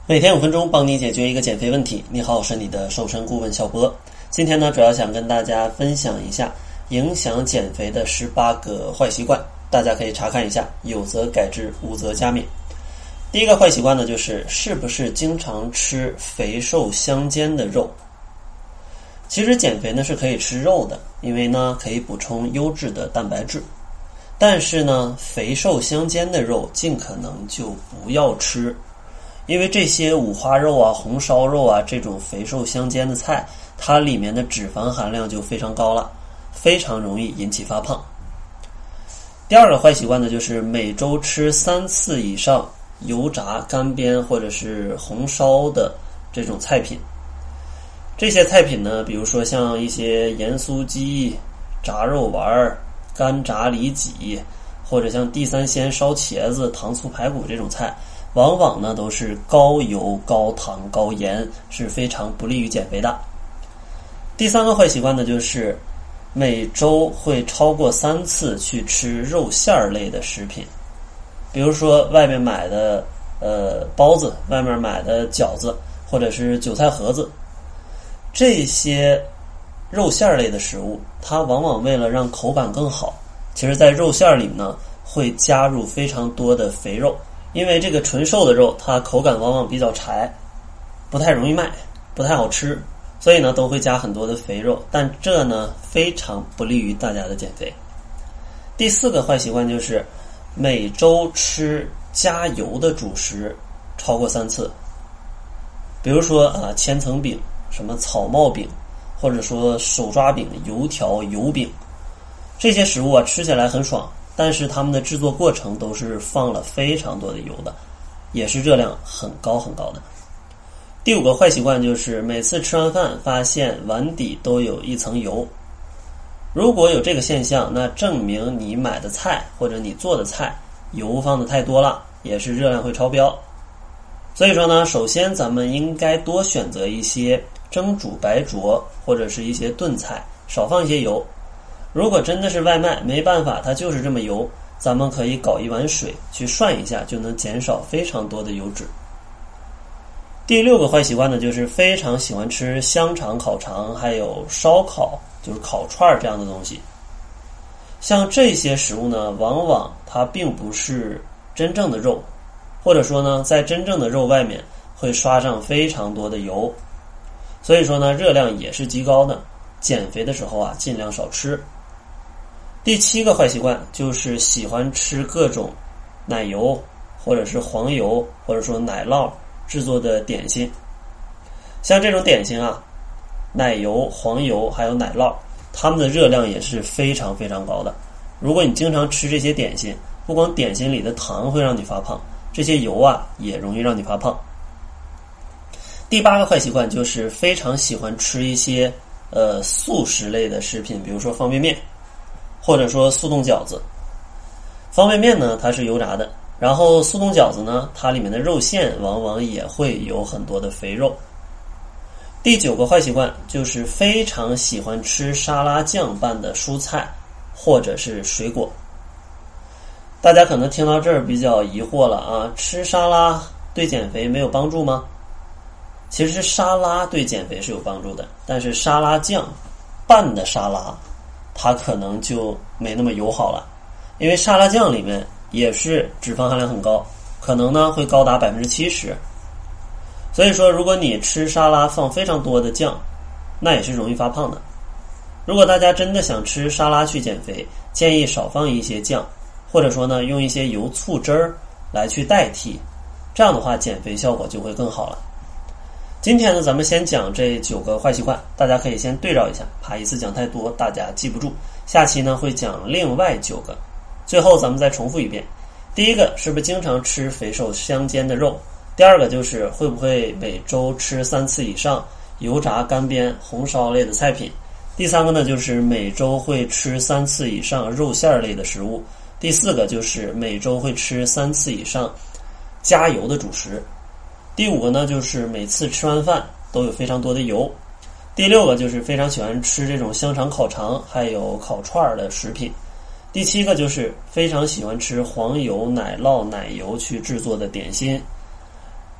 每天5分钟，帮你解决一个减肥问题。你好，我是你的瘦身顾问小波。今天呢，主要想跟大家分享一下影响减肥的18个坏习惯，大家可以查看一下，有则改之，无则加勉。第一个坏习惯呢，就是是不是经常吃肥瘦相间的肉？其实减肥呢是可以吃肉的，因为呢可以补充优质的蛋白质。但是呢，肥瘦相间的肉尽可能就不要吃。因为这些五花肉啊、红烧肉啊这种肥瘦相间的菜，它里面的脂肪含量就非常高了，非常容易引起发胖。第二个坏习惯呢，就是每周吃3次以上油炸、干煸或者是红烧的这种菜品。这些菜品呢，比如说像一些盐酥鸡、炸肉丸、干炸里脊，或者像地三鲜烧茄子、糖醋排骨这种菜，往往呢都是高油、高糖、高盐，是非常不利于减肥的。第三个坏习惯呢，就是每周会超过3次去吃肉馅儿类的食品，比如说外面买的包子，外面买的饺子，或者是韭菜盒子，这些肉馅儿类的食物，它往往为了让口感更好，其实在肉馅儿里呢会加入非常多的肥肉。因为这个纯瘦的肉，它口感往往比较柴，不太容易卖，不太好吃，所以呢都会加很多的肥肉，但这呢非常不利于大家的减肥。第四个坏习惯就是每周吃加油的主食超过3次，比如说千层饼、什么草帽饼，或者说手抓饼、油条、油饼，这些食物啊吃起来很爽，但是它们的制作过程都是放了非常多的油的，也是热量很高很高的。第5个坏习惯就是每次吃完饭发现碗底都有一层油。如果有这个现象，那证明你买的菜或者你做的菜油放的太多了，也是热量会超标。所以说呢，首先咱们应该多选择一些蒸煮白灼或者是一些炖菜，少放一些油。如果真的是外卖，没办法，它就是这么油，咱们可以搞一碗水去涮一下，就能减少非常多的油脂。第6个坏习惯呢，就是非常喜欢吃香肠、烤肠还有烧烤，就是烤串这样的东西。像这些食物呢，往往它并不是真正的肉，或者说呢在真正的肉外面会刷上非常多的油，所以说呢热量也是极高的，减肥的时候啊尽量少吃。第7个坏习惯就是喜欢吃各种奶油或者是黄油或者说奶酪制作的点心。像这种点心啊，奶油、黄油还有奶酪，它们的热量也是非常非常高的。如果你经常吃这些点心，不光点心里的糖会让你发胖，这些油啊也容易让你发胖。第8个坏习惯就是非常喜欢吃一些速食类的食品，比如说方便面或者说速冻饺子。方便面呢它是油炸的，然后速冻饺子呢它里面的肉馅往往也会有很多的肥肉。第9个坏习惯就是非常喜欢吃沙拉酱拌的蔬菜或者是水果。大家可能听到这儿比较疑惑了啊，吃沙拉对减肥没有帮助吗？其实沙拉对减肥是有帮助的，但是沙拉酱拌的沙拉它可能就没那么友好了，因为沙拉酱里面也是脂肪含量很高，可能呢会高达 70%。 所以说如果你吃沙拉放非常多的酱，那也是容易发胖的。如果大家真的想吃沙拉去减肥，建议少放一些酱，或者说呢用一些油醋汁儿来去代替，这样的话减肥效果就会更好了。今天呢咱们先讲这9个坏习惯，大家可以先对照一下，怕一次讲太多大家记不住。下期呢会讲另外9个，最后咱们再重复一遍。第1个是不是经常吃肥瘦相间的肉？第2个就是会不会每周吃3次以上油炸、干煸、红烧类的菜品？第3个呢就是每周会吃3次以上肉馅类的食物。第4个就是每周会吃3次以上加油的主食。第5个呢就是每次吃完饭都有非常多的油。第6个就是非常喜欢吃这种香肠、烤肠还有烤串的食品。第7个就是非常喜欢吃黄油、奶酪、奶油去制作的点心。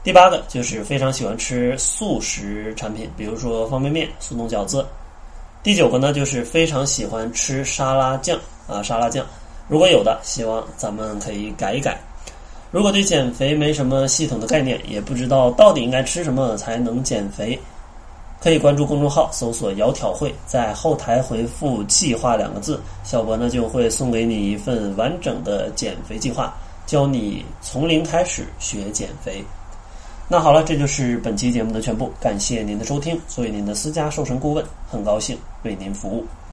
第8个就是非常喜欢吃速食产品，比如说方便面、速冻饺子。第9个呢就是非常喜欢吃沙拉酱。如果有的，希望咱们可以改一改。如果对减肥没什么系统的概念，也不知道到底应该吃什么才能减肥，可以关注公众号搜索窈窕会，在后台回复计划2个字，小博呢就会送给你一份完整的减肥计划，教你从零开始学减肥。那好了，这就是本期节目的全部，感谢您的收听。作为您的私家瘦身顾问，很高兴为您服务。